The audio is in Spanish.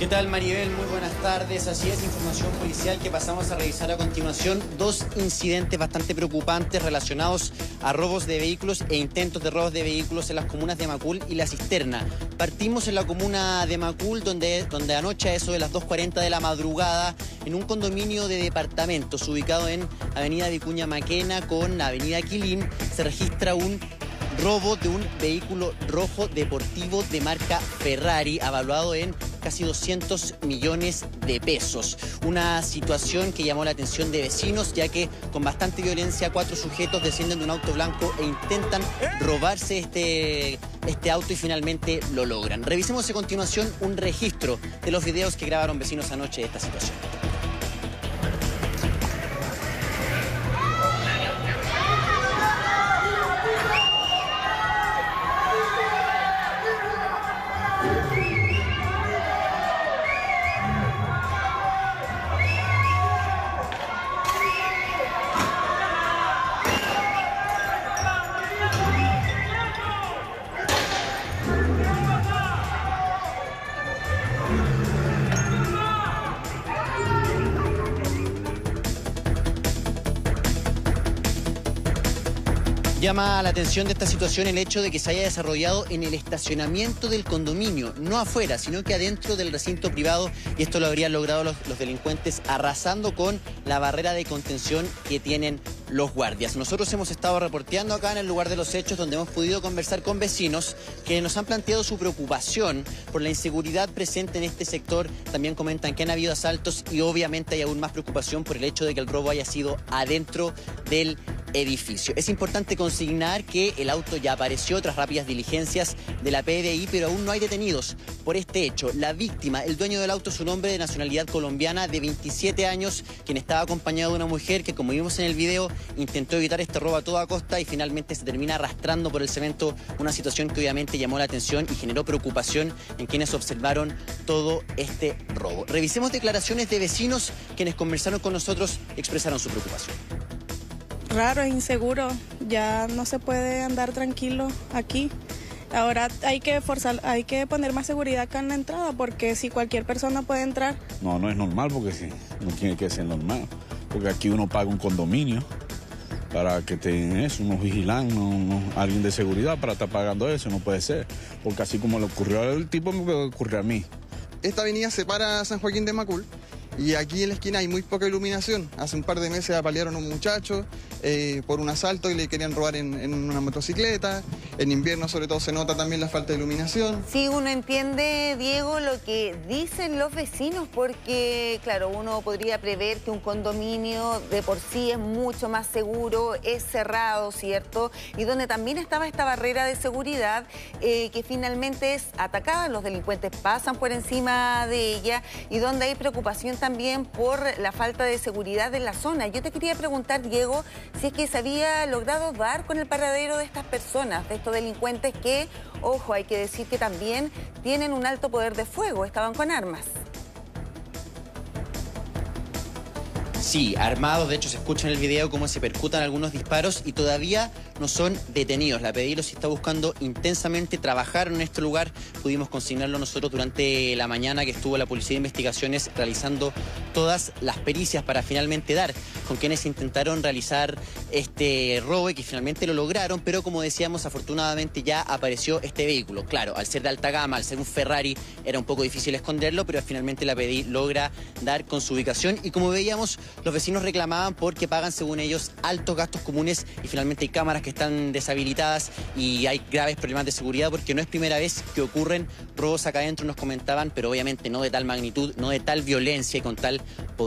¿Qué tal, Maribel? Muy buenas tardes. Así es, información policial que pasamos a revisar a continuación. Dos incidentes bastante preocupantes relacionados a robos de vehículos e intentos de robos de vehículos en las comunas de Macul y La Cisterna. Partimos en la comuna de Macul, donde anoche a eso de las 2:40 de la madrugada, en un condominio de departamentos ubicado en Avenida Vicuña Maquena con Avenida Quilín, se registra un robo de un vehículo rojo deportivo de marca Ferrari, avaluado en casi 200 millones de pesos. Una situación que llamó la atención de vecinos, ya que con bastante violencia 4 sujetos descienden de un auto blanco e intentan robarse este auto y finalmente lo logran. Revisemos a continuación un registro de los videos que grabaron vecinos anoche de esta situación. Llama la atención de esta situación el hecho de que se haya desarrollado en el estacionamiento del condominio, no afuera, sino que adentro del recinto privado, y esto lo habrían logrado los delincuentes arrasando con la barrera de contención que tienen los guardias. Nosotros hemos estado reporteando acá en el lugar de los hechos, donde hemos podido conversar con vecinos que nos han planteado su preocupación por la inseguridad presente en este sector. También comentan que han habido asaltos y obviamente hay aún más preocupación por el hecho de que el robo haya sido adentro del edificio. Es importante consignar que el auto ya apareció tras rápidas diligencias de la PDI, pero aún no hay detenidos por este hecho. La víctima, el dueño del auto, es un hombre de nacionalidad colombiana de 27 años, quien estaba acompañado de una mujer que, como vimos en el video, intentó evitar este robo a toda costa y finalmente se termina arrastrando por el cemento, una situación que obviamente llamó la atención y generó preocupación en quienes observaron todo este robo. Revisemos declaraciones de vecinos quienes conversaron con nosotros y expresaron su preocupación. Raro, es inseguro, ya no se puede andar tranquilo aquí. Ahora hay que poner más seguridad acá en la entrada, porque si cualquier persona puede entrar. No es normal, porque sí, no tiene que ser normal, porque aquí uno paga un condominio para que tengan eso, unos vigilantes, alguien de seguridad para estar pagando eso, no puede ser, porque así como le ocurrió al tipo, me puede ocurrir a mí. Esta avenida separa a San Joaquín de Macul y aquí en la esquina hay muy poca iluminación. Hace un par de meses apalearon a un muchacho por un asalto y le querían robar en una motocicleta. En invierno sobre todo se nota también la falta de iluminación. Sí, uno entiende, Diego, lo que dicen los vecinos, porque claro, uno podría prever que un condominio de por sí es mucho más seguro, es cerrado, ¿cierto? Y donde también estaba esta barrera de seguridad que finalmente es atacada, los delincuentes pasan por encima de ella y donde hay preocupación también por la falta de seguridad en la zona. Yo te quería preguntar, Diego, si es que se había logrado dar con el paradero de estas personas, de estos delincuentes que, ojo, hay que decir que también tienen un alto poder de fuego, estaban con armas. Sí, armados, de hecho se escucha en el video cómo se percutan algunos disparos y todavía no son detenidos. La PDI los está buscando intensamente, trabajaron en este lugar, pudimos consignarlo nosotros durante la mañana que estuvo la Policía de Investigaciones realizando todas las pericias para finalmente dar con quienes intentaron realizar este robo y que finalmente lo lograron, pero como decíamos, afortunadamente ya apareció este vehículo. Claro, al ser de alta gama, al ser un Ferrari, era un poco difícil esconderlo, pero finalmente la PDI logra dar con su ubicación y como veíamos, los vecinos reclamaban porque pagan, según ellos, altos gastos comunes y finalmente hay cámaras que están deshabilitadas y hay graves problemas de seguridad porque no es primera vez que ocurren robos acá adentro, nos comentaban, pero obviamente no de tal magnitud, no de tal violencia y con tal poder.